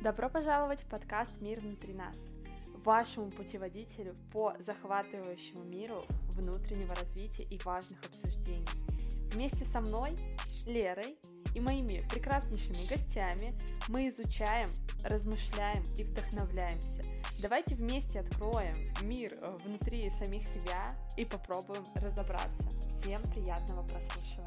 Добро пожаловать в подкаст «Мир внутри нас», вашему путеводителю по захватывающему миру внутреннего развития и важных обсуждений. Вместе со мной, Лерой и моими прекраснейшими гостями мы изучаем, размышляем и вдохновляемся. Давайте вместе откроем мир внутри самих себя и попробуем разобраться. Всем приятного прослушивания!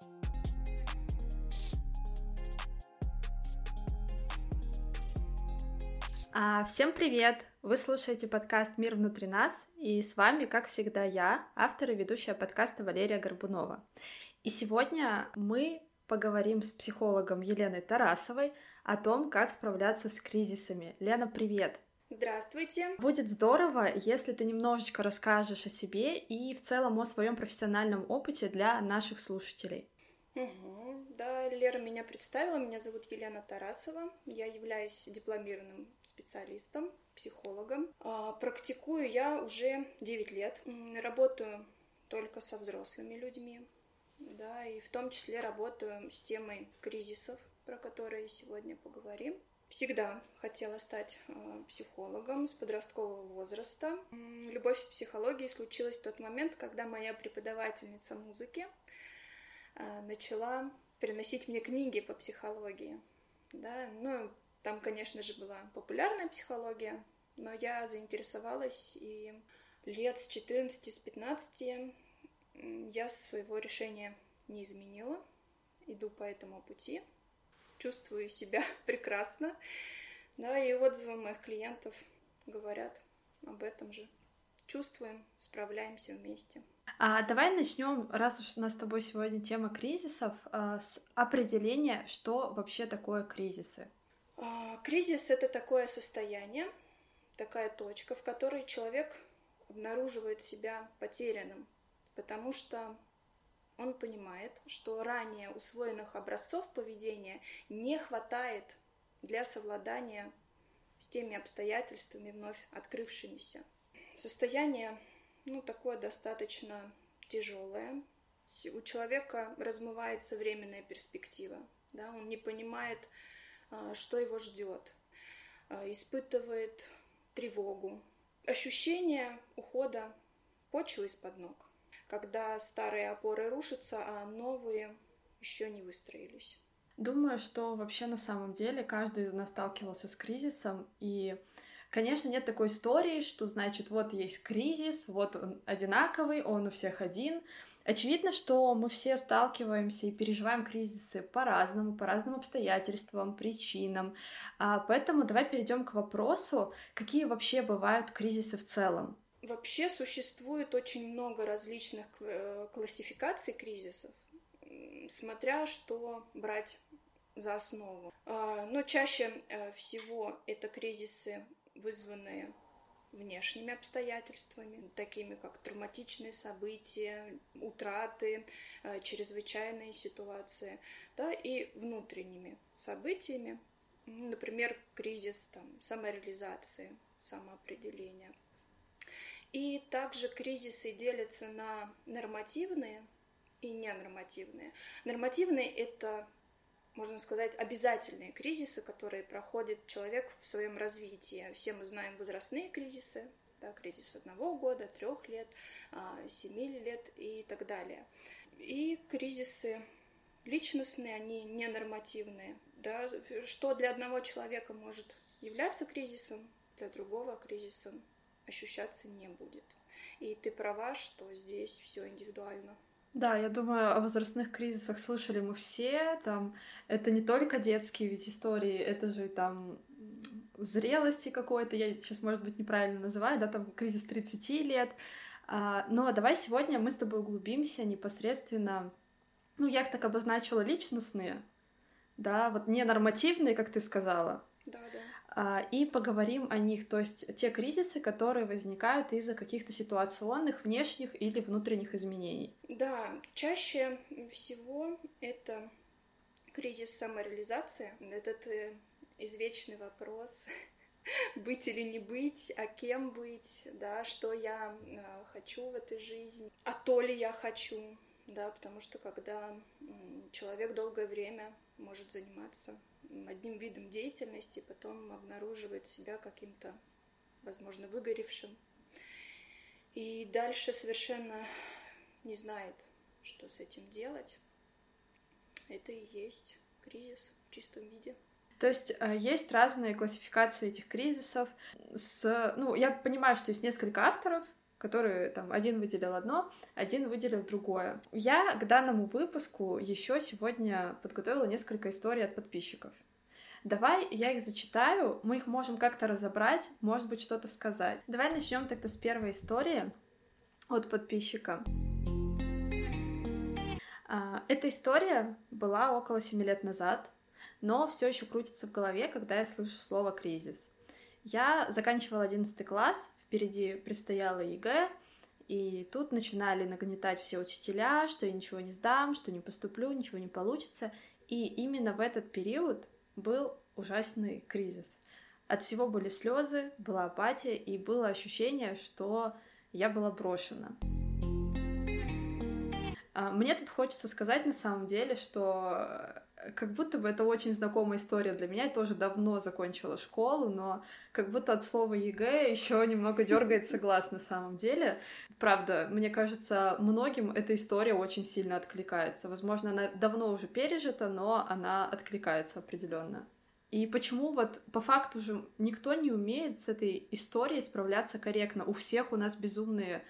Всем привет! Вы слушаете подкаст «Мир внутри нас», и с вами, как всегда, я, автор и ведущая подкаста Валерия Горбунова. И сегодня мы поговорим с психологом Еленой Тарасовой о том, как справляться с кризисами. Лена, привет! Здравствуйте! Будет здорово, если ты немножечко расскажешь о себе и в целом о своем профессиональном опыте для наших слушателей. Да, Лера меня представила, меня зовут Елена Тарасова, я являюсь дипломированным специалистом, психологом. Практикую я уже 9 лет, работаю только со взрослыми людьми, да, и в том числе работаю с темой кризисов, про которые сегодня поговорим. Всегда хотела стать психологом с подросткового возраста. Любовь к психологии случилась в тот момент, когда моя преподавательница музыки начала приносить мне книги по психологии. Да? Ну, там, конечно же, была популярная психология, но я заинтересовалась, и лет с 14, с 15 я своего решения не изменила. Иду по этому пути, чувствую себя прекрасно. Да, и отзывы моих клиентов говорят об этом же. Чувствуем, справляемся вместе. Давай начнем, раз уж у нас с тобой сегодня тема кризисов, с определения, что вообще такое кризисы. Кризис — это такое состояние, такая точка, в которой человек обнаруживает себя потерянным, потому что он понимает, что ранее усвоенных образцов поведения не хватает для совладания с теми обстоятельствами, вновь открывшимися. Состояние такое достаточно тяжелое. У человека размывается временная перспектива. Да? Он не понимает, что его ждет. Испытывает тревогу. Ощущение ухода почвы из-под ног. Когда старые опоры рушатся, а новые еще не выстроились. Думаю, что вообще на самом деле каждый из нас сталкивался с кризисом, и конечно, нет такой истории, что, значит, вот есть кризис, вот он одинаковый, он у всех один. Очевидно, что мы все сталкиваемся и переживаем кризисы по-разному, по разным обстоятельствам, причинам. Поэтому давай перейдем к вопросу, какие вообще бывают кризисы в целом. Вообще существует очень много различных классификаций кризисов, смотря что брать за основу. Но чаще всего это кризисы, вызванные внешними обстоятельствами, такими как травматичные события, утраты, чрезвычайные ситуации, да, и внутренними событиями, например, кризис самореализации, самоопределения. И также кризисы делятся на нормативные и ненормативные. Нормативные — это, можно сказать, обязательные кризисы, которые проходит человек в своем развитии. Все мы знаем возрастные кризисы, да, кризис 1 года, 3 лет, 7 лет и так далее. И кризисы личностные, они ненормативные. Да, что для одного человека может являться кризисом, для другого кризисом ощущаться не будет. И ты права, что здесь все индивидуально. Да, я думаю, о возрастных кризисах слышали мы все, это не только детские ведь истории, это же зрелости какой-то, я сейчас, может быть, неправильно называю, да, кризис 30 лет, но давай сегодня мы с тобой углубимся непосредственно, я их так обозначила, личностные, да, вот не нормативные, как ты сказала. Да. И поговорим о них, то есть те кризисы, которые возникают из-за каких-то ситуационных, внешних или внутренних изменений. Да, чаще всего это кризис самореализации, этот извечный вопрос, быть или не быть, а кем быть, да, что я хочу в этой жизни, а то ли я хочу, да, потому что когда человек долгое время может заниматься одним видом деятельности, потом обнаруживает себя каким-то, возможно, выгоревшим. И дальше совершенно не знает, что с этим делать. Это и есть кризис в чистом виде. То есть есть разные классификации этих кризисов. Я понимаю, что есть несколько авторов, которые там один выделил одно, один выделил другое. Я к данному выпуску еще сегодня подготовила несколько историй от подписчиков. Давай я их зачитаю, мы их можем как-то разобрать, может быть, что-то сказать. Давай начнем тогда с первой истории от подписчика. Эта история была около 7 лет назад, но все еще крутится в голове, когда я слышу слово «кризис». Я заканчивала 11 класс, впереди предстояло ЕГЭ, и тут начинали нагнетать все учителя, что я ничего не сдам, что не поступлю, ничего не получится. И именно в этот период был ужасный кризис. От всего были слезы, была апатия, и было ощущение, что я была брошена. Мне тут хочется сказать на самом деле, что как будто бы это очень знакомая история для меня. Я тоже давно закончила школу, но как будто от слова ЕГЭ еще немного дергается глаз на самом деле. Правда, мне кажется, многим эта история очень сильно откликается. Возможно, она давно уже пережита, но она откликается определенно. И почему вот по факту же никто не умеет с этой историей справляться корректно? У всех у нас безумные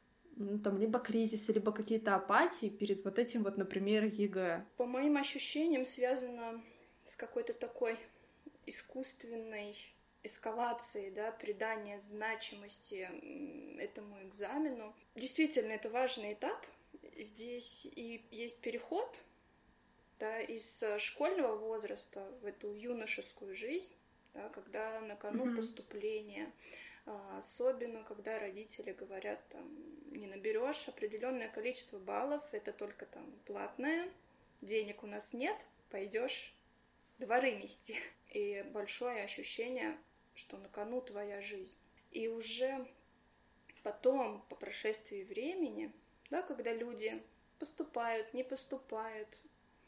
либо кризисы, либо какие-то апатии перед вот этим вот, например, ЕГЭ. По моим ощущениям, связано с какой-то такой искусственной эскалацией, да, придания значимости этому экзамену. Действительно, это важный этап. Здесь и есть переход, да, из школьного возраста в эту юношескую жизнь, да, когда на кону поступления. Особенно, когда родители говорят, там, не наберешь определенное количество баллов, это только там платное, денег у нас нет, пойдешь дворы мести. И большое ощущение, что на кону твоя жизнь. И уже потом, по прошествии времени, да, когда люди поступают, не поступают,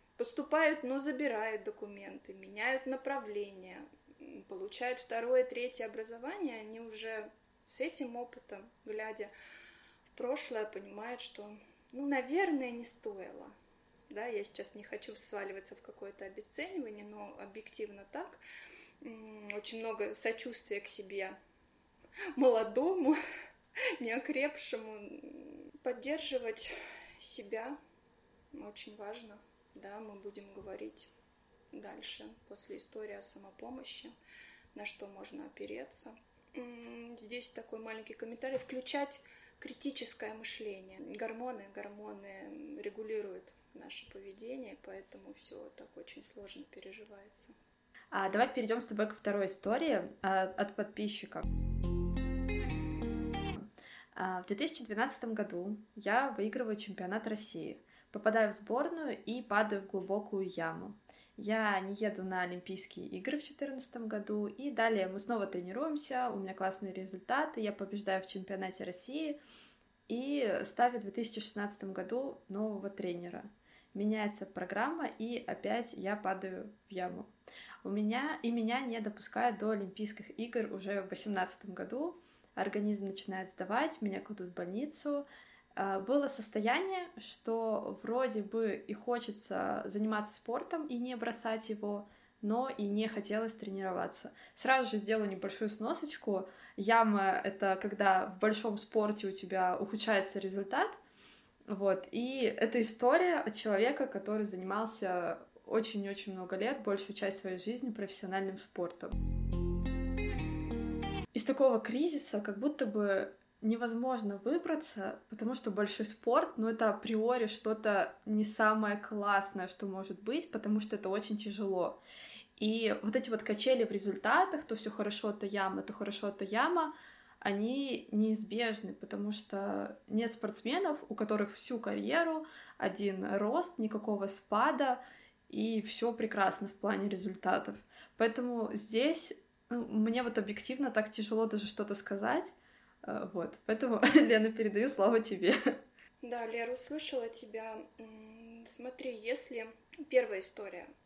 но забирают документы, меняют направление, получают второе, третье образование, они уже с этим опытом, глядя в прошлое, понимают, что, наверное, не стоило. Да, я сейчас не хочу сваливаться в какое-то обесценивание, но объективно так. Очень много сочувствия к себе молодому, неокрепшему. Поддерживать себя очень важно. Да, мы будем говорить дальше, после истории о самопомощи, на что можно опереться. Здесь такой маленький комментарий. Включать критическое мышление. Гормоны регулируют наше поведение, поэтому все так очень сложно переживается. Давай перейдем с тобой ко второй истории от подписчика. В 2012 году я выигрываю чемпионат России, попадаю в сборную и падаю в глубокую яму. Я не еду на Олимпийские игры в 2014 году, и далее мы снова тренируемся, у меня классные результаты, я побеждаю в чемпионате России и ставлю в 2016 году нового тренера. Меняется программа, и опять я падаю в яму. Меня не допускают до Олимпийских игр уже в 2018 году, организм начинает сдавать, меня кладут в больницу. Было состояние, что вроде бы и хочется заниматься спортом и не бросать его, но и не хотелось тренироваться. Сразу же сделаю небольшую сносочку. Яма — это когда в большом спорте у тебя ухудшается результат. Вот. И это история от человека, который занимался очень-очень много лет, большую часть своей жизни профессиональным спортом. Из такого кризиса как будто бы невозможно выбраться, потому что большой спорт, это априори что-то не самое классное, что может быть, потому что это очень тяжело. И вот эти вот качели в результатах, то все хорошо, то яма, то хорошо, то яма, они неизбежны, потому что нет спортсменов, у которых всю карьеру один рост, никакого спада, и все прекрасно в плане результатов. Поэтому здесь мне вот объективно так тяжело даже что-то сказать. Вот, поэтому, Лена, передаю слово тебе. Да, Лера, услышала тебя. Смотри, если первая история,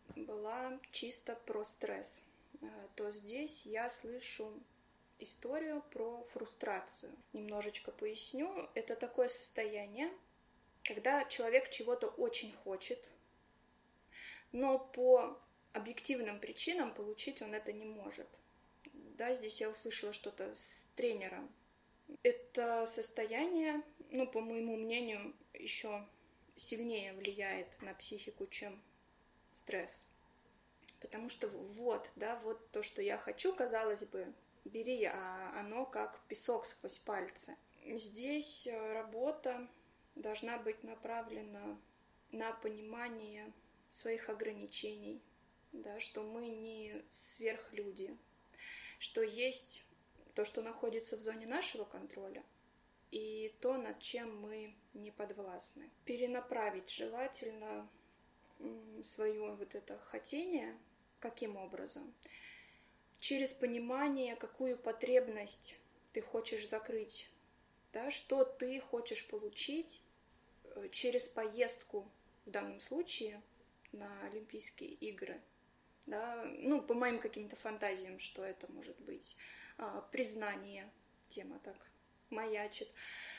была чисто про стресс, то здесь я слышу историю про фрустрацию. Немножечко поясню. Это такое состояние, когда человек чего-то очень хочет, но по объективным причинам получить он это не может. Да, здесь я услышала что-то с тренером. Это состояние, по моему мнению, еще сильнее влияет на психику, чем стресс. Потому что вот то, что я хочу, казалось бы, бери, а оно как песок сквозь пальцы. Здесь работа должна быть направлена на понимание своих ограничений, да, что мы не сверхлюди, что есть то, что находится в зоне нашего контроля, и то, над чем мы не подвластны. Перенаправить желательно свое вот это хотение. Каким образом? Через понимание, какую потребность ты хочешь закрыть, да, что ты хочешь получить через поездку, в данном случае, на Олимпийские игры. Да, по моим каким-то фантазиям, что это может быть. Признание, тема так маячит.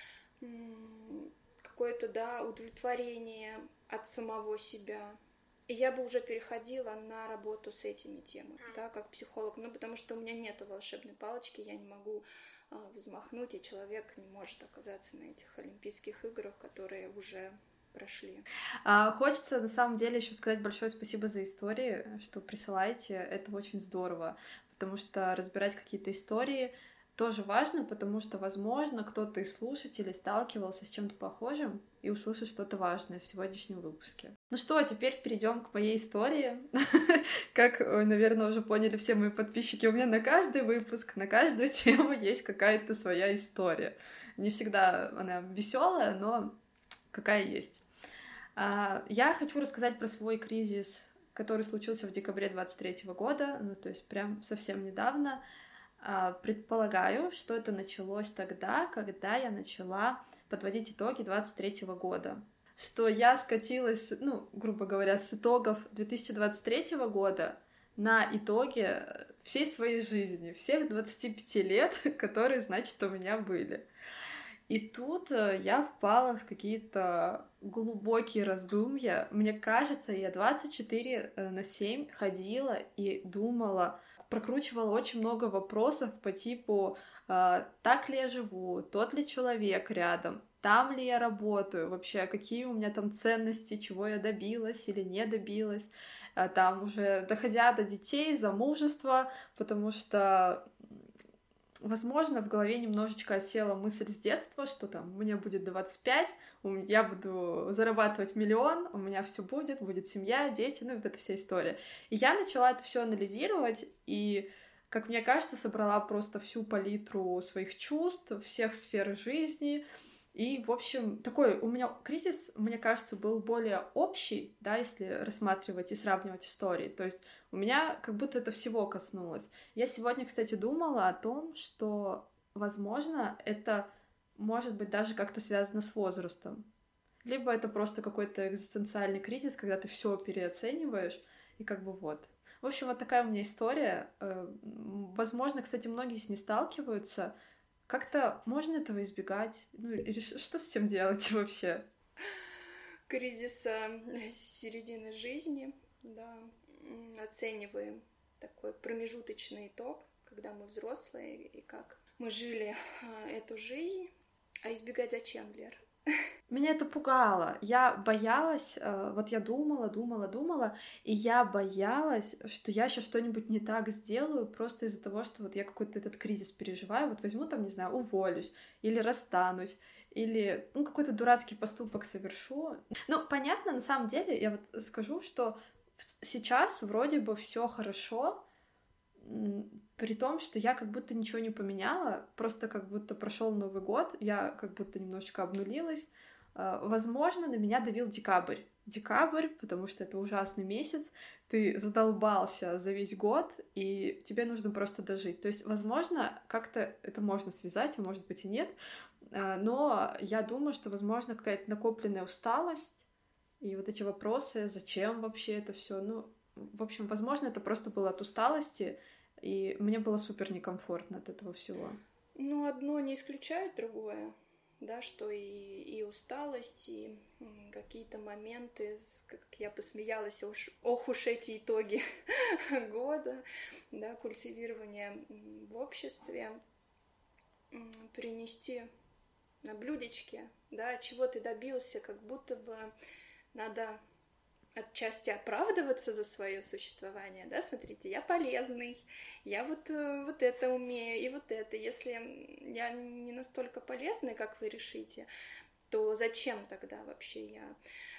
Какое-то, удовлетворение от самого себя. И я бы уже переходила на работу с этими темами, да, как психолог. Потому что у меня нету волшебной палочки, я не могу взмахнуть, и человек не может оказаться на этих Олимпийских играх, которые уже прошли. Хочется на самом деле еще сказать большое спасибо за истории, что присылаете, это очень здорово, потому что разбирать какие-то истории тоже важно, потому что, возможно, кто-то из слушателей сталкивался с чем-то похожим и услышит что-то важное в сегодняшнем выпуске. Ну что, теперь перейдем к моей истории. Как, наверное, уже поняли все мои подписчики, у меня на каждый выпуск, на каждую тему есть какая-то своя история. Не всегда она веселая, но какая есть. Я хочу рассказать про свой кризис, который случился в декабре 2023 года, то есть прям совсем недавно. Предполагаю, что это началось тогда, когда я начала подводить итоги 2023 года. Что я скатилась, грубо говоря, с итогов 2023 года на итоги всей своей жизни, всех 25 лет, которые, значит, у меня были. И тут я впала в какие-то глубокие раздумья. Мне кажется, я 24/7 ходила и думала, прокручивала очень много вопросов по типу так ли я живу, тот ли человек рядом, там ли я работаю, вообще какие у меня там ценности, чего я добилась или не добилась, там уже доходя до детей, замужества, потому что, возможно, в голове немножечко осела мысль с детства, что там мне будет 25, я буду зарабатывать 1 миллион, у меня все будет семья, дети, вот эта вся история. И я начала это все анализировать, и, как мне кажется, собрала просто всю палитру своих чувств, всех сфер жизни. И, в общем, такой у меня кризис, мне кажется, был более общий, да, если рассматривать и сравнивать истории. То есть у меня как будто это всего коснулось. Я сегодня, кстати, думала о том, что, возможно, это может быть даже как-то связано с возрастом. Либо это просто какой-то экзистенциальный кризис, когда ты все переоцениваешь, и вот. В общем, вот такая у меня история. Возможно, кстати, многие с ней сталкиваются. Как-то можно этого избегать? Или что с этим делать вообще? Кризис середины жизни, да, оцениваем такой промежуточный итог, когда мы взрослые, и как мы жили эту жизнь. А избегать зачем, Лер? Меня это пугало. Я боялась, я думала, и я боялась, что я сейчас что-нибудь не так сделаю, просто из-за того, что я какой-то этот кризис переживаю, возьму там, не знаю, уволюсь, или расстанусь, или какой-то дурацкий поступок совершу. Понятно, на самом деле, я скажу, что сейчас вроде бы все хорошо, при том, что я как будто ничего не поменяла, просто как будто прошел Новый год, я как будто немножечко обнулилась. Возможно, на меня давил декабрь. Потому что это ужасный месяц, ты задолбался за весь год, и тебе нужно просто дожить. То есть, возможно, как-то это можно связать, а может быть и нет, но я думаю, что, возможно, какая-то накопленная усталость, и эти вопросы, зачем вообще это все, в общем, возможно, это просто было от усталости, и мне было супер некомфортно от этого всего. Ну, одно не исключает другое, да, что и усталость, и какие-то моменты, как я посмеялась, ох уж эти итоги года, да, культивирования в обществе, принести на блюдечке, да, чего ты добился, как будто бы надо отчасти оправдываться за свое существование, да, смотрите, я полезный, я вот это умею, и вот это. Если я не настолько полезный, как вы решите, то зачем тогда вообще я?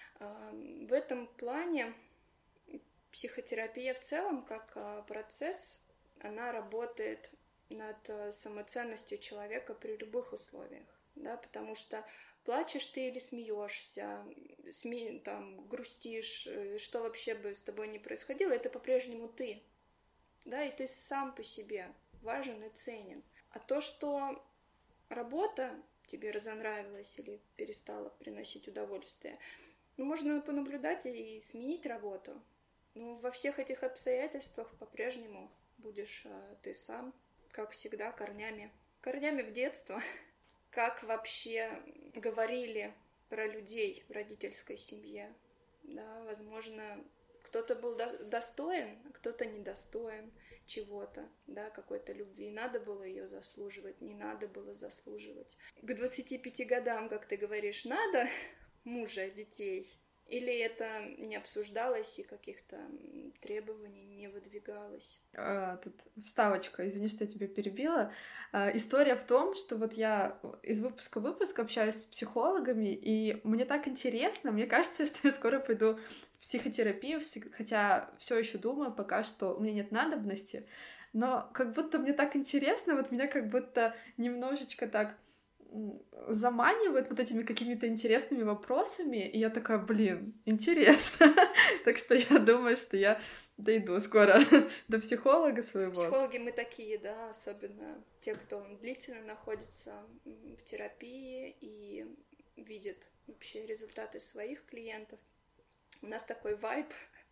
В этом плане психотерапия в целом, как процесс, она работает над самоценностью человека при любых условиях, да, потому что плачешь ты или смеешься, там, грустишь, что вообще бы с тобой ни происходило, это по-прежнему ты, да, и ты сам по себе важен и ценен. А то, что работа тебе разонравилась или перестала приносить удовольствие, ну, можно понаблюдать и сменить работу. Но во всех этих обстоятельствах по-прежнему будешь ты сам, как всегда, корнями в детство. Как вообще говорили про людей в родительской семье. Да, возможно, кто-то был достоин, а кто-то недостоин чего-то, да, какой-то любви. Надо было ее заслуживать, не надо было заслуживать. К 25 годам, как ты говоришь, надо мужа, детей? Или это не обсуждалось и каких-то требований не выдвигалось? Тут вставочка, извини, что я тебя перебила. История в том, что вот я из выпуска в выпуск общаюсь с психологами, и мне так интересно, мне кажется, что я скоро пойду в психотерапию, хотя все еще думаю пока, что у меня нет надобности, но как будто мне так интересно, вот меня как будто немножечко так заманивает вот этими какими-то интересными вопросами, и я такая, блин, интересно. Так что я думаю, что я дойду скоро до психолога своего. Психологи мы такие, да, особенно те, кто длительно находится в терапии и видит вообще результаты своих клиентов. У нас такой вайб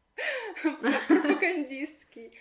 пропагандистский.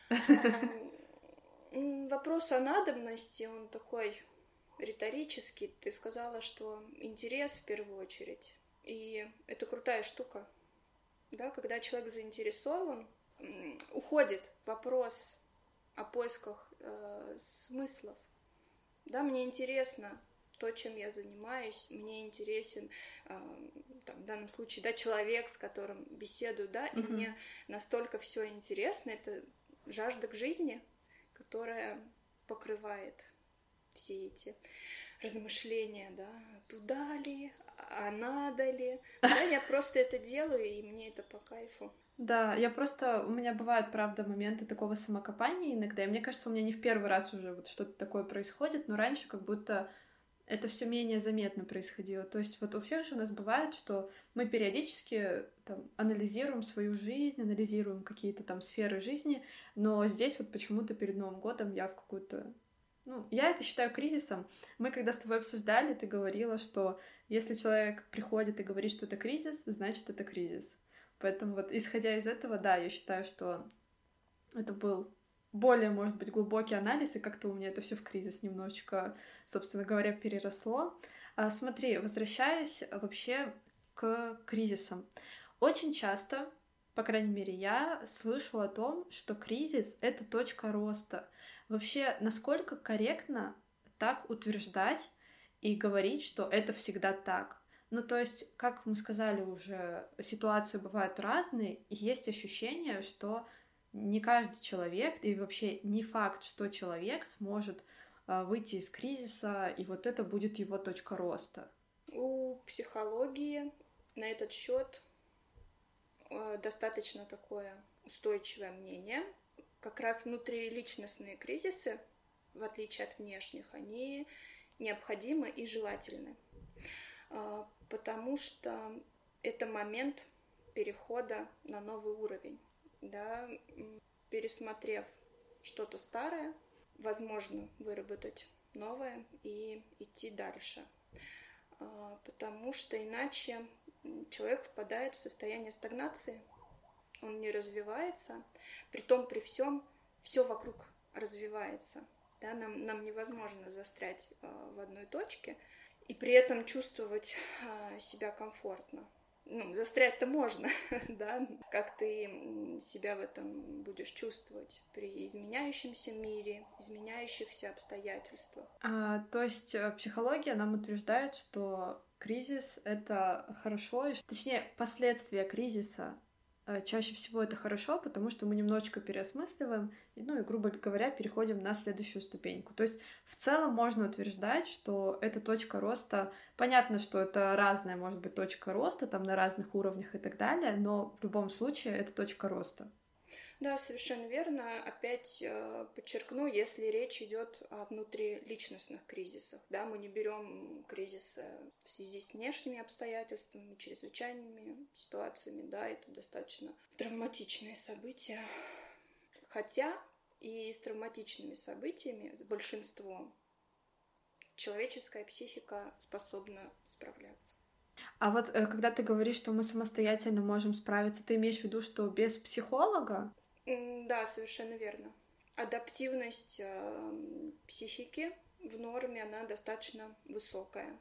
Вопрос о надобности, он такой риторический. Ты сказала, что интерес в первую очередь. И это крутая штука. Да, когда человек заинтересован, уходит вопрос о поисках смыслов. Да, мне интересно то, чем я занимаюсь, мне интересен, там, в данном случае, да, человек, с которым беседую, да, и мне настолько все интересно, это жажда к жизни, которая покрывает все эти размышления, да, туда ли, а надо ли. Да, я просто это делаю, и мне это по кайфу. Да, у меня бывают, правда, моменты такого самокопания иногда, и мне кажется, у меня не в первый раз уже вот что-то такое происходит, но раньше как будто это все менее заметно происходило. То есть вот у всех же у нас бывает, что мы периодически там анализируем свою жизнь, анализируем какие-то там сферы жизни, но здесь вот почему-то перед Новым годом я в какую-то... Ну, я это считаю кризисом. Мы когда с тобой обсуждали, ты говорила, что если человек приходит и говорит, что это кризис, значит, это кризис. Поэтому вот, исходя из этого, да, я считаю, что это был более, может быть, глубокий анализ, и как-то у меня это все в кризис немножечко, собственно говоря, переросло. Смотри, возвращаясь вообще к кризисам. Очень часто, по крайней мере, я слышу о том, что кризис — это точка роста. Вообще, насколько корректно так утверждать и говорить, что это всегда так? Ну, то есть, как мы сказали уже, ситуации бывают разные, и есть ощущение, что не каждый человек, и вообще не факт, что человек сможет выйти из кризиса, и вот это будет его точка роста. У психологии на этот счет достаточно такое устойчивое мнение. Как раз внутриличностные кризисы, в отличие от внешних, они необходимы и желательны, потому что это момент перехода на новый уровень. Да, пересмотрев что-то старое, возможно выработать новое и идти дальше. Потому что иначе человек впадает в состояние стагнации, он не развивается, притом при всем все вокруг развивается. Да? Нам невозможно застрять в одной точке и при этом чувствовать себя комфортно. Ну, застрять-то можно, да, как ты себя в этом будешь чувствовать при изменяющемся мире, изменяющихся обстоятельствах. То есть психология нам утверждает, что кризис — это хорошо, точнее, последствия кризиса чаще всего это хорошо, потому что мы немножечко переосмысливаем, ну и, грубо говоря, переходим на следующую ступеньку. То есть в целом можно утверждать, что эта точка роста, понятно, что это разная, может быть, точка роста, там на разных уровнях и так далее, но в любом случае это точка роста. Да, совершенно верно. Опять подчеркну, если речь идет о внутриличностных кризисах, да, мы не берем кризисы в связи с внешними обстоятельствами, чрезвычайными ситуациями, да, это достаточно травматичные события. Хотя и с травматичными событиями, с большинством, человеческая психика способна справляться. А вот когда ты говоришь, что мы самостоятельно можем справиться, ты имеешь в виду, что без психолога? Да, совершенно верно. Адаптивность психики в норме, она достаточно высокая.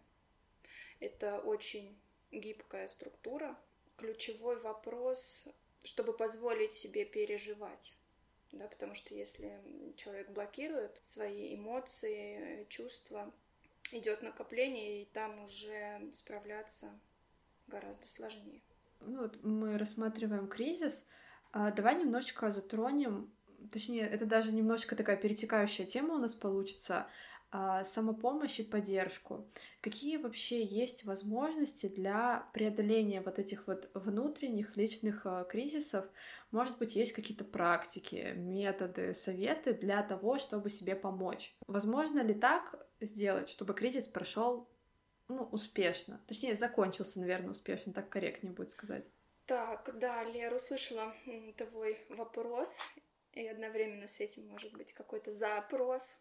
Это очень гибкая структура. Ключевой вопрос, чтобы позволить себе переживать. Да, потому что если человек блокирует свои эмоции, чувства, идет накопление, и там уже справляться гораздо сложнее. Ну, вот мы рассматриваем кризис. Давай немножечко затронем, точнее, это даже немножечко такая перетекающая тема у нас получится, самопомощь и поддержку. Какие вообще есть возможности для преодоления вот этих вот внутренних личных кризисов? Может быть, есть какие-то практики, методы, советы для того, чтобы себе помочь? Возможно ли так сделать, чтобы кризис прошел, ну, успешно? Точнее, закончился, наверное, успешно, так корректнее будет сказать. Так, да, Лера, услышала твой вопрос, и одновременно с этим может быть какой-то запрос.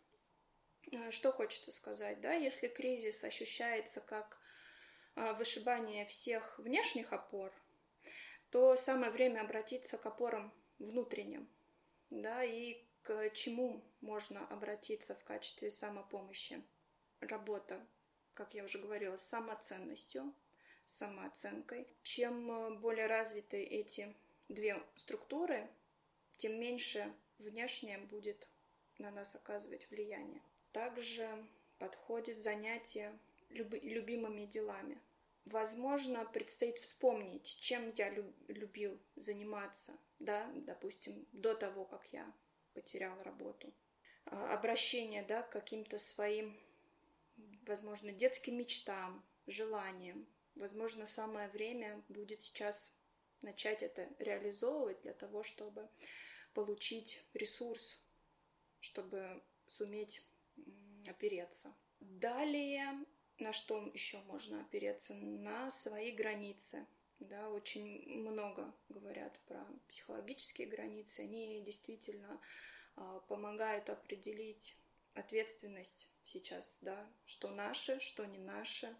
Что хочется сказать, да, если кризис ощущается как вышибание всех внешних опор, то самое время обратиться к опорам внутренним, да, и к чему можно обратиться в качестве самопомощи. Работа, как я уже говорила, с самоценностью, самооценкой. Чем более развиты эти две структуры, тем меньше внешнее будет на нас оказывать влияние. Также подходит занятие любимыми делами. Возможно, предстоит вспомнить, чем я любил заниматься, да, допустим, до того, как я потерял работу. Обращение, да, к каким-то своим, возможно, детским мечтам, желаниям. Возможно, самое время будет сейчас начать это реализовывать для того, чтобы получить ресурс, чтобы суметь опереться. Далее, на что еще можно опереться? На свои границы. Да, очень много говорят про психологические границы. Они действительно помогают определить ответственность сейчас, да, что наше, что не наше.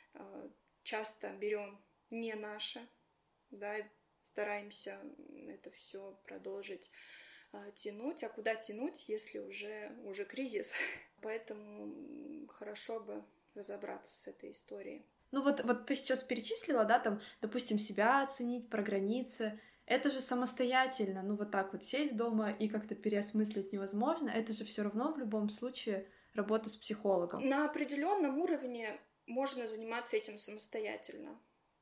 Часто берем не наше, да, и стараемся это все продолжить тянуть. А куда тянуть, если уже кризис? Поэтому хорошо бы разобраться с этой историей. Ну вот ты сейчас перечислила, да, там, допустим, себя оценить, про границы. Это же самостоятельно, ну вот так вот сесть дома и как-то переосмыслить невозможно. Это же все равно в любом случае работа с психологом. На определенном уровне можно заниматься этим самостоятельно.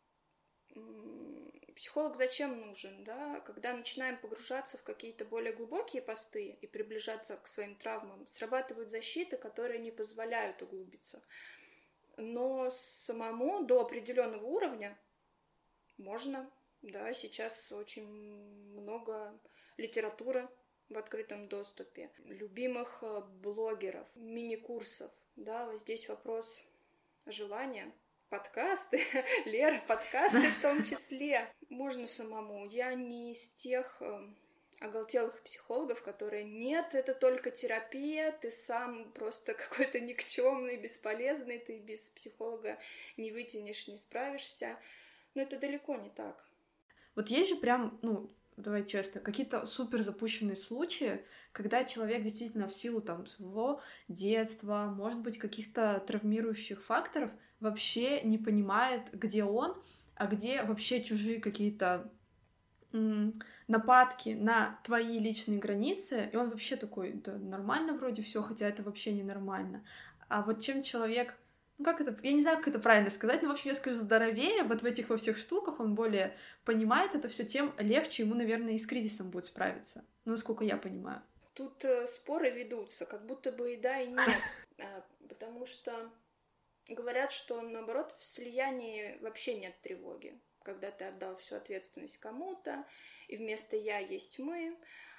Психолог зачем нужен, да? Когда начинаем погружаться в какие-то более глубокие посты и приближаться к своим травмам, срабатывают защиты, которые не позволяют углубиться. Но самому до определенного уровня можно, да, сейчас очень много литературы в открытом доступе, любимых блогеров, мини-курсов, да, вот здесь вопрос желания. Подкасты, Лера, подкасты в том числе. Можно самому. Я не из тех оголтелых психологов, которые нет, это только терапия, ты сам просто какой-то никчемный, бесполезный, ты без психолога не вытянешь, не справишься. Но это далеко не так. Вот есть же прям, ну, давай честно, какие-то супер запущенные случаи, когда человек действительно в силу там своего детства, может быть, каких-то травмирующих факторов, вообще не понимает, где он, а где вообще чужие какие-то нападки на твои личные границы, и он вообще такой, да, нормально вроде все, хотя это вообще ненормально. А вот чем человек, ну как это, я не знаю, как это правильно сказать, но в общем я скажу здоровее, вот в этих во всех штуках он более понимает это все, тем легче ему, наверное, и с кризисом будет справиться, ну, насколько я понимаю. Тут споры ведутся, как будто бы и да, и нет, потому что говорят, что наоборот в слиянии вообще нет тревоги, когда ты отдал всю ответственность кому-то, и вместо «я» есть «мы»,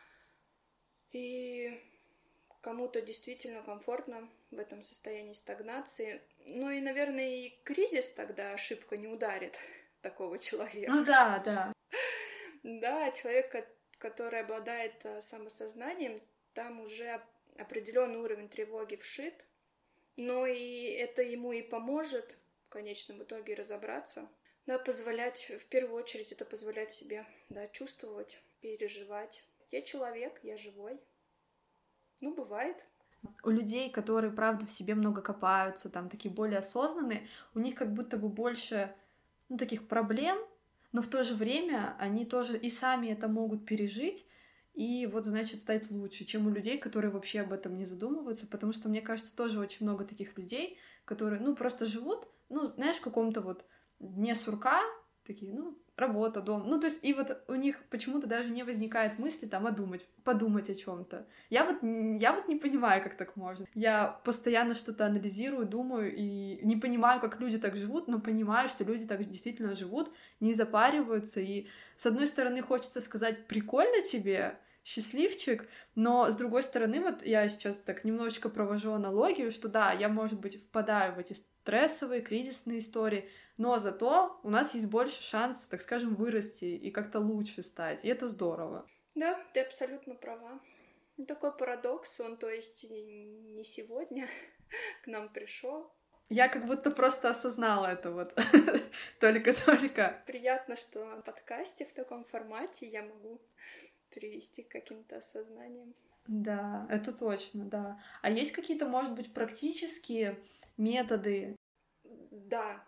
и кому-то действительно комфортно в этом состоянии стагнации. Ну и, наверное, и кризис тогда ошибка не ударит такого человека. Ну да, да. Да, человек, который обладает самосознанием, там уже определенный уровень тревоги вшит, но и это ему и поможет в конечном итоге разобраться. Да, позволять, в первую очередь, это позволять себе, да, чувствовать, переживать. Я человек, я живой. Ну, бывает. У людей, которые, правда, в себе много копаются, там, такие более осознанные, у них как будто бы больше, ну, таких проблем, но в то же время они тоже и сами это могут пережить, и вот, значит, стать лучше, чем у людей, которые вообще об этом не задумываются, потому что, мне кажется, тоже очень много таких людей, которые, ну, просто живут, ну, знаешь, в каком-то вот дне сурка, такие, ну, работа, дом. Ну, то есть, и вот у них почему-то даже не возникает мысли там подумать о чем-то. Я вот не понимаю, как так можно. Я постоянно что-то анализирую, думаю, и не понимаю, как люди так живут, но понимаю, что люди так действительно живут, не запариваются, и с одной стороны хочется сказать «прикольно тебе», счастливчик, но с другой стороны, вот я сейчас так немножечко провожу аналогию, что да, я, может быть, впадаю в эти стрессовые, кризисные истории, но зато у нас есть больше шанс, так скажем, вырасти и как-то лучше стать, и это здорово. Да, ты абсолютно права. Такой парадокс, он, то есть, не сегодня к нам пришел. Я как будто просто осознала это вот только-только. Приятно, что на подкасте в таком формате я могу привести к каким-то осознаниям. Да, это точно, да. А есть какие-то, может быть, практические методы? Да,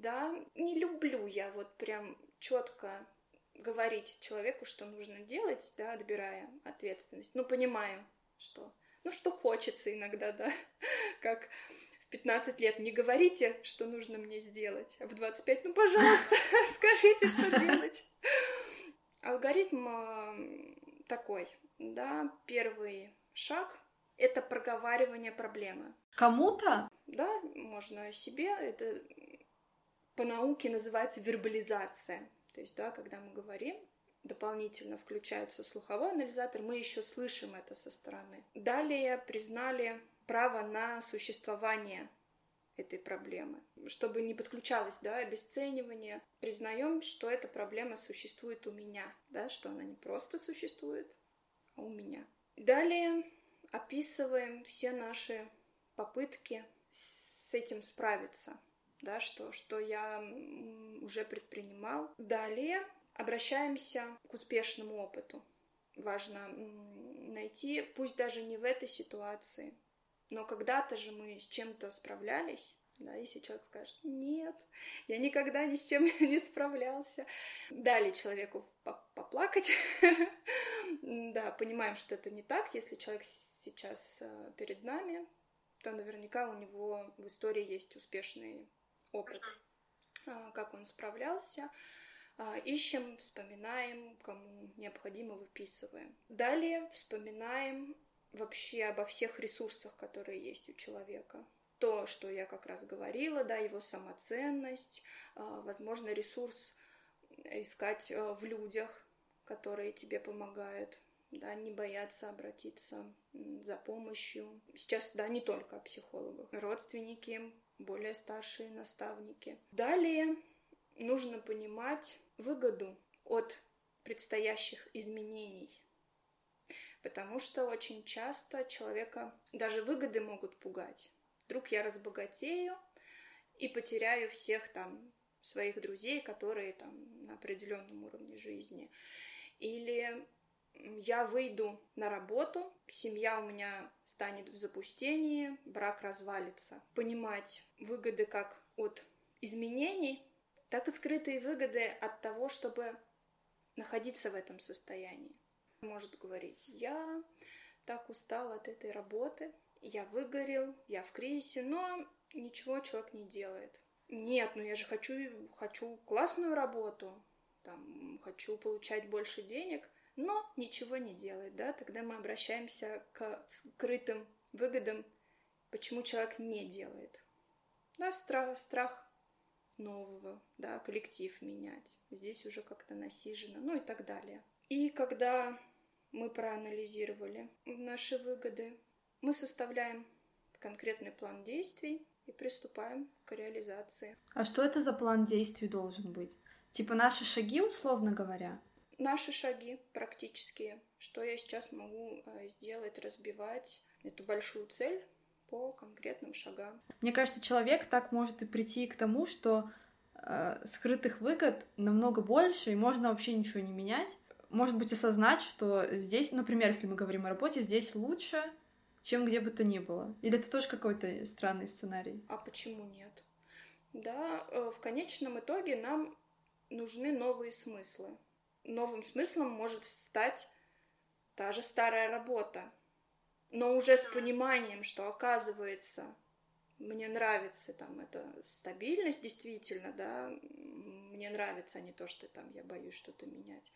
не люблю я вот прям четко говорить человеку, что нужно делать, да, отбирая ответственность. Ну, понимаю, что, ну, что хочется иногда, да, как в 15 лет не говорите, что нужно мне сделать, а в 25, ну, пожалуйста, скажите, что делать. Алгоритм такой, да, первый шаг — это проговаривание проблемы. Кому-то? Да, можно себе, это по науке называется вербализация. То есть, да, когда мы говорим, дополнительно включается слуховой анализатор, мы еще слышим это со стороны. Далее признали право на существование этой проблемы. Чтобы не подключалось, да, обесценивание, признаем, что эта проблема существует у меня, да, что она не просто существует, а у меня. Далее описываем все наши попытки с этим справиться, да, что я уже предпринимал. Далее обращаемся к успешному опыту. Важно найти, пусть даже не в этой ситуации, но когда-то же мы с чем-то справлялись, да, если человек скажет «нет, я никогда ни с чем не справлялся». Дали человеку поплакать. Да, понимаем, что это не так. Если человек сейчас перед нами, то наверняка у него в истории есть успешный опыт, как он справлялся. Ищем, вспоминаем, кому необходимо, выписываем. Далее вспоминаем вообще обо всех ресурсах, которые есть у человека. То, что я как раз говорила, да, его самоценность, возможно, ресурс искать в людях, которые тебе помогают, да, не бояться обратиться за помощью. Сейчас, да, не только о психологах, родственники, более старшие наставники. Далее нужно понимать выгоду от предстоящих изменений, потому что очень часто человека даже выгоды могут пугать. Вдруг я разбогатею и потеряю всех там своих друзей, которые там на определенном уровне жизни. Или я выйду на работу, семья у меня станет в запустении, брак развалится. Понимать выгоды как от изменений, так и скрытые выгоды от того, чтобы находиться в этом состоянии. Может говорить: я так устал от этой работы, я выгорел, я в кризисе, но ничего человек не делает. Нет, я же хочу классную работу, хочу получать больше денег, но ничего не делает, да, тогда мы обращаемся к скрытым выгодам, почему человек не делает. Да, страх нового, да, коллектив менять, здесь уже как-то насижено, и так далее. И когда мы проанализировали наши выгоды, мы составляем конкретный план действий и приступаем к реализации. А что это за план действий должен быть? Типа наши шаги, условно говоря? Наши шаги практические. Что я сейчас могу сделать, разбивать эту большую цель по конкретным шагам. Мне кажется, человек так может и прийти к тому, что скрытых выгод намного больше, и можно вообще ничего не менять. Может быть, осознать, что здесь, например, если мы говорим о работе, здесь лучше, чем где бы то ни было. Или это тоже какой-то странный сценарий? А почему нет? Да, в конечном итоге нам нужны новые смыслы. Новым смыслом может стать та же старая работа, но уже с пониманием, что, оказывается, мне нравится эта стабильность действительно, да, мне нравится, а не то, что я боюсь что-то менять.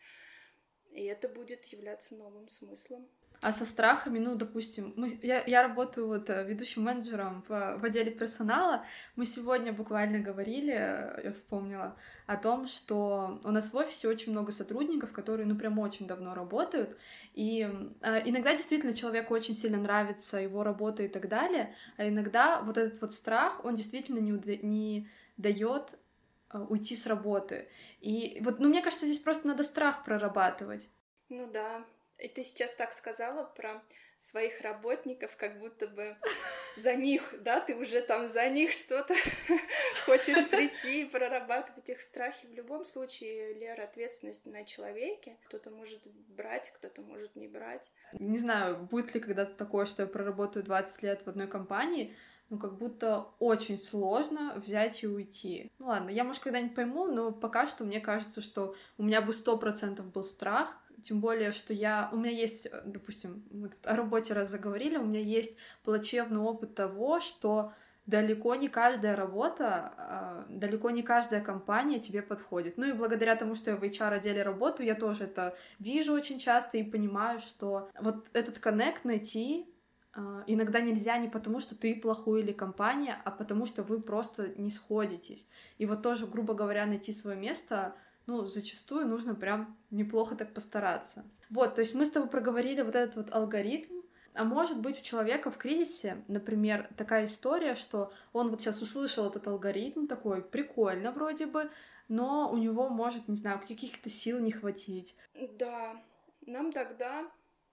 И это будет являться новым смыслом. А со страхами, допустим, я работаю ведущим менеджером в отделе персонала. Мы сегодня буквально говорили, я вспомнила, о том, что у нас в офисе очень много сотрудников, которые, прям очень давно работают, и иногда действительно человеку очень сильно нравится его работа и так далее, а иногда вот этот страх, он действительно не дает уйти с работы. И мне кажется, здесь просто надо страх прорабатывать. Да. И ты сейчас так сказала про своих работников, как будто бы за них, да, ты уже за них что-то хочешь прийти и прорабатывать их страхи. В любом случае, Лера, ответственность на человеке. Кто-то может брать, кто-то может не брать. Не знаю, будет ли когда-то такое, что я проработаю 20 лет в одной компании, как будто очень сложно взять и уйти. Ладно, я, может, когда-нибудь пойму, но пока что мне кажется, что у меня бы 100% был страх. Тем более, что у меня есть, допустим, мы тут о работе раз заговорили, у меня есть плачевный опыт того, что далеко не каждая работа, далеко не каждая компания тебе подходит. И благодаря тому, что я в HR-отделе работаю, я тоже это вижу очень часто и понимаю, что этот коннект найти иногда нельзя не потому, что ты плохой или компания, а потому что вы просто не сходитесь. И тоже, грубо говоря, найти свое место, зачастую нужно прям неплохо так постараться. То есть мы с тобой проговорили этот алгоритм, а может быть у человека в кризисе, например, такая история, что он сейчас услышал этот алгоритм, такой прикольно вроде бы, но у него может, не знаю, каких-то сил не хватить. Да, нам тогда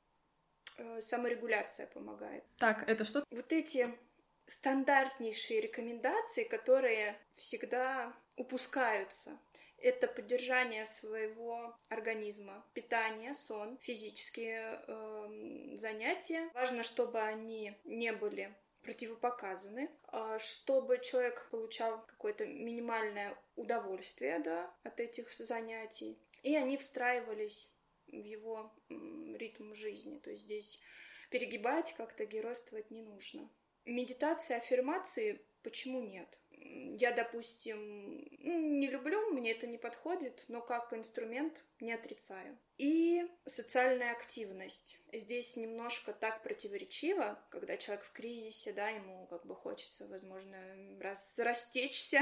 саморегуляция помогает. Так, это что? Эти стандартнейшие рекомендации, которые всегда упускаются. Это поддержание своего организма, питание, сон, физические занятия. Важно, чтобы они не были противопоказаны, чтобы человек получал какое-то минимальное удовольствие, да, от этих занятий, и они встраивались в его ритм жизни. То есть здесь перегибать, как-то геройствовать не нужно. Медитация, аффирмации, почему нет? Я, допустим, не люблю, мне это не подходит, но как инструмент не отрицаю. И социальная активность. Здесь немножко так противоречиво, когда человек в кризисе, да, ему хочется, возможно, растечься,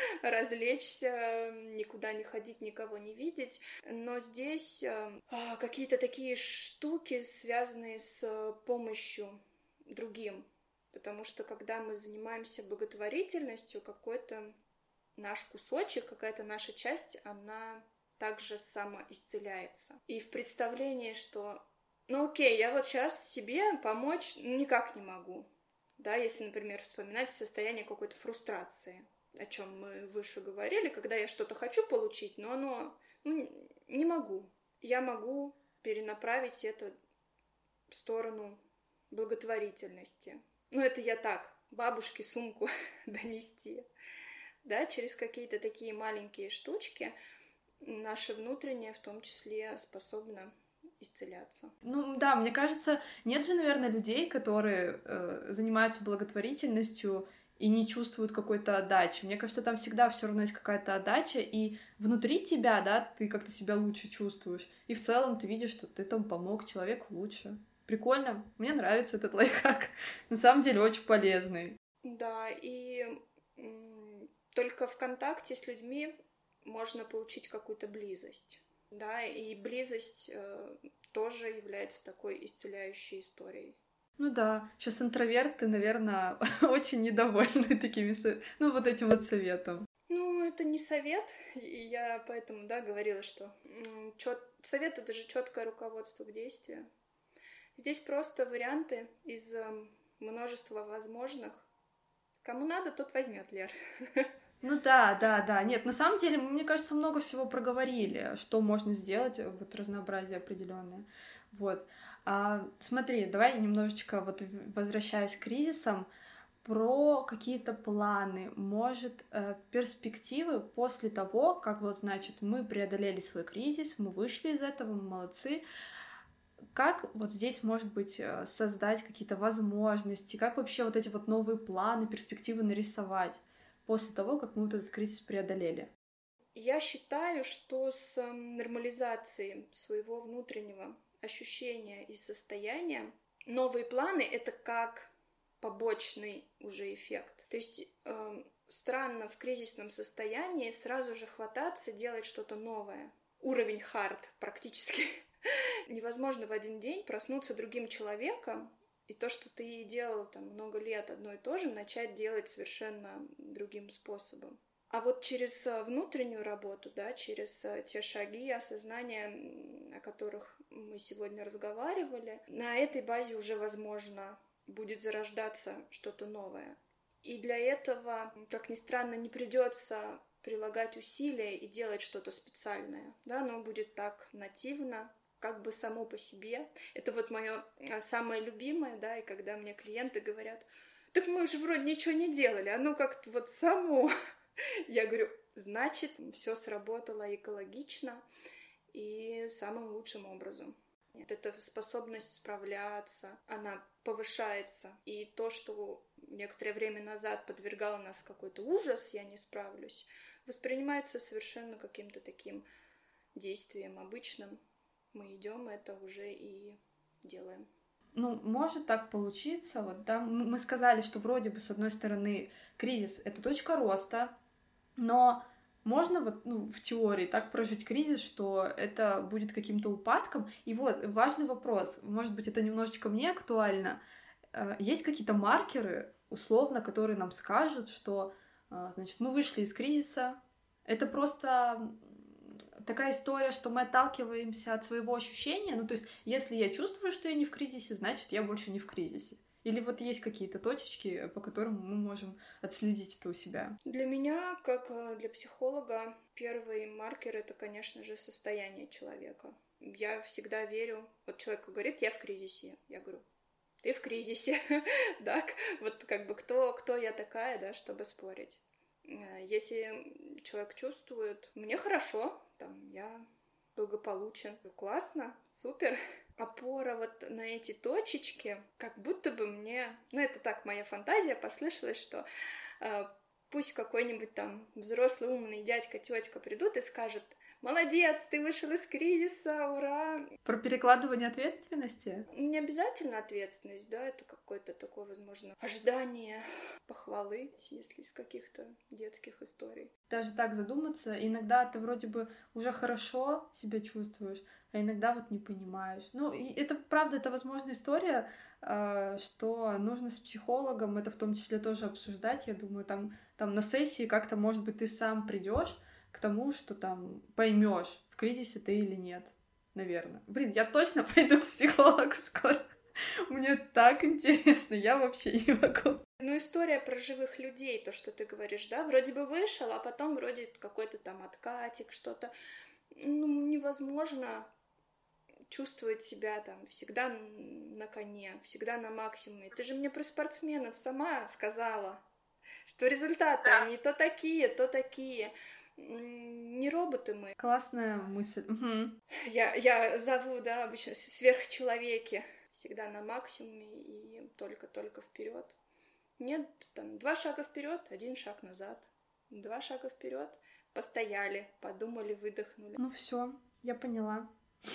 развлечься, никуда не ходить, никого не видеть. Но здесь какие-то такие штуки, связанные с помощью другим. Потому что, когда мы занимаемся благотворительностью, какой-то наш кусочек, какая-то наша часть, она также самоисцеляется. И в представлении, что, окей, я сейчас себе помочь никак не могу. Да, если, например, вспоминать состояние какой-то фрустрации, о чем мы выше говорили, когда я что-то хочу получить, но оно не могу. я могу перенаправить это в сторону благотворительности. Ну, это я так, бабушке сумку донести. Да, через какие-то такие маленькие штучки наше внутреннее в том числе способно исцеляться. Ну да, мне кажется, нет же, наверное, людей, которые занимаются благотворительностью и не чувствуют какой-то отдачи. Мне кажется, там всегда все равно есть какая-то отдача, и внутри тебя, да, ты как-то себя лучше чувствуешь. И в целом ты видишь, что ты там помог человеку лучше. Прикольно, мне нравится этот лайфхак. На самом деле очень полезный. Да, и только в контакте с людьми можно получить какую-то близость. Да, и близость тоже является такой исцеляющей историей. Ну да, сейчас интроверты, наверное, очень недовольны такими, ну вот этим вот советом. Ну, это не совет, и я поэтому, да, говорила, что совет — это же четкое руководство к действию. Здесь просто варианты из множества возможных. Кому надо, тот возьмет, Лер. Ну да. Нет, на самом деле, мне кажется, много всего проговорили, что можно сделать, вот разнообразие определенное. Вот. Смотри, давай немножечко, вот возвращаясь к кризисам, про какие-то планы, может, перспективы после того, как вот, значит, мы преодолели свой кризис, мы вышли из этого, мы молодцы. Как вот здесь, может быть, создать какие-то возможности, как вообще вот эти вот новые планы, перспективы нарисовать после того, как мы вот этот кризис преодолели? Я считаю, что с нормализацией своего внутреннего ощущения и состояния новые планы — это как побочный уже эффект. То есть странно в кризисном состоянии сразу же хвататься, делать что-то новое. Уровень хард практически. Невозможно в один день проснуться другим человеком, и то, что ты делал там много лет одно и то же, начать делать совершенно другим способом. А вот через внутреннюю работу, да, через те шаги осознания, о которых мы сегодня разговаривали, на этой базе уже возможно будет зарождаться что-то новое. И для этого, как ни странно, не придется прилагать усилия и делать что-то специальное. Да, оно будет так нативно, как бы само по себе. Это вот мое самое любимое, да, и когда мне клиенты говорят: так мы же вроде ничего не делали, оно как-то вот само. Я говорю: значит, все сработало экологично и самым лучшим образом. Эта способность справляться, она повышается. И то, что некоторое время назад подвергало нас какой-то ужас, я не справлюсь, воспринимается совершенно каким-то таким действием обычным. Мы идем это уже и делаем. Ну, может так получиться. Вот, да, мы сказали, что вроде бы, с одной стороны, кризис — это точка роста, но можно вот, ну, в теории так прожить кризис, что это будет каким-то упадком. И вот важный вопрос, может быть, это немножечко мне актуально. Есть какие-то маркеры, условно, которые нам скажут, что, значит, мы вышли из кризиса. Это просто такая история, что мы отталкиваемся от своего ощущения. Ну, то есть, если я чувствую, что я не в кризисе, значит, я больше не в кризисе. Или вот есть какие-то точечки, по которым мы можем отследить это у себя? Для меня, как для психолога, первый маркер — это, конечно же, состояние человека. Я всегда верю, вот человек говорит: я в кризисе. Я говорю: ты в кризисе. Да, вот как бы кто я такая, да, чтобы спорить. Если человек чувствует: мне хорошо, там, я благополучен, классно, супер. Опора вот на эти точечки, как будто бы мне, ну это так, моя фантазия, послышалась, что пусть какой-нибудь там взрослый умный дядька, тетка придут и скажут: молодец, ты вышел из кризиса, ура! Про перекладывание ответственности? Не обязательно ответственность, да, это какое-то такое, возможно, ожидание похвалы, если из каких-то детских историй. Даже так задуматься, иногда ты вроде бы уже хорошо себя чувствуешь, а иногда вот не понимаешь. Ну, и это, правда, это, возможно, история, что нужно с психологом это в том числе тоже обсуждать. Я думаю, там на сессии как-то, может быть, ты сам придешь к тому, что там поймешь, в кризисе ты или нет, наверное. Блин, я точно пойду к психологу скоро. Мне так интересно, я вообще не могу. Ну, история про живых людей, то, что ты говоришь, да, вроде бы вышел, а потом вроде какой-то там откатик, что-то. Ну, невозможно чувствовать себя там всегда на коне, всегда на максимуме. Ты же мне про спортсменов сама сказала, что результаты они то такие, то такие. Не роботы мы. Классная мысль. Угу. Я зову, да, обычно сверхчеловеки. Всегда на максимуме и только вперед. Нет, там 2 шага вперед, 1 шаг назад. 2 шага вперед, постояли, подумали, выдохнули. Ну все, я поняла.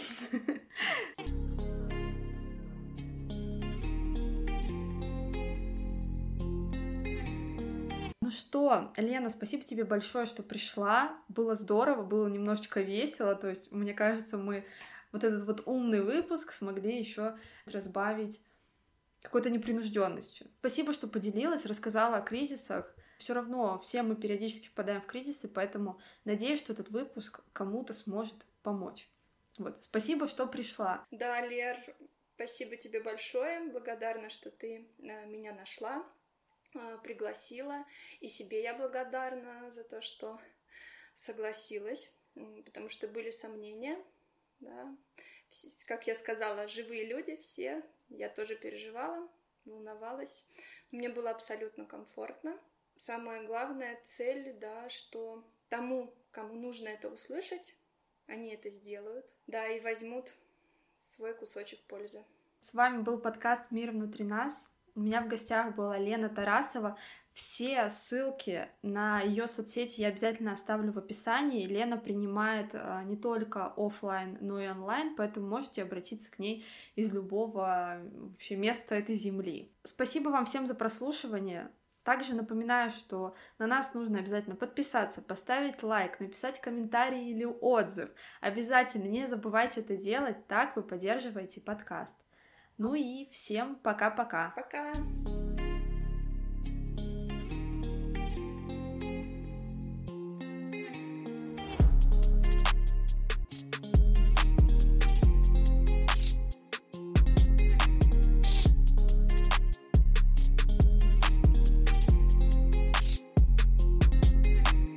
Ну что, Лена, спасибо тебе большое, что пришла. Было здорово, было немножечко весело. То есть, мне кажется, мы вот этот вот умный выпуск смогли еще разбавить какой-то непринужденностью. Спасибо, что поделилась, рассказала о кризисах. Все равно все мы периодически впадаем в кризисы, поэтому надеюсь, что этот выпуск кому-то сможет помочь. Вот, спасибо, что пришла. Да, Лер, спасибо тебе большое. Благодарна, что ты меня нашла, пригласила. И себе я благодарна за то, что согласилась, потому что были сомнения. Да. Как я сказала, живые люди все. Я тоже переживала, волновалась. Мне было абсолютно комфортно. Самая главная цель, да, что тому, кому нужно это услышать, они это сделают, да, и возьмут свой кусочек пользы. С вами был подкаст «Мир внутри нас». У меня в гостях была Лена Тарасова. Все ссылки на ее соцсети я обязательно оставлю в описании. Лена принимает не только офлайн, но и онлайн, поэтому можете обратиться к ней из любого вообще места этой земли. Спасибо вам всем за прослушивание. Также напоминаю, что на нас нужно обязательно подписаться, поставить лайк, написать комментарий или отзыв. Обязательно не забывайте это делать, так вы поддерживаете подкаст. Ну и всем пока-пока. Пока!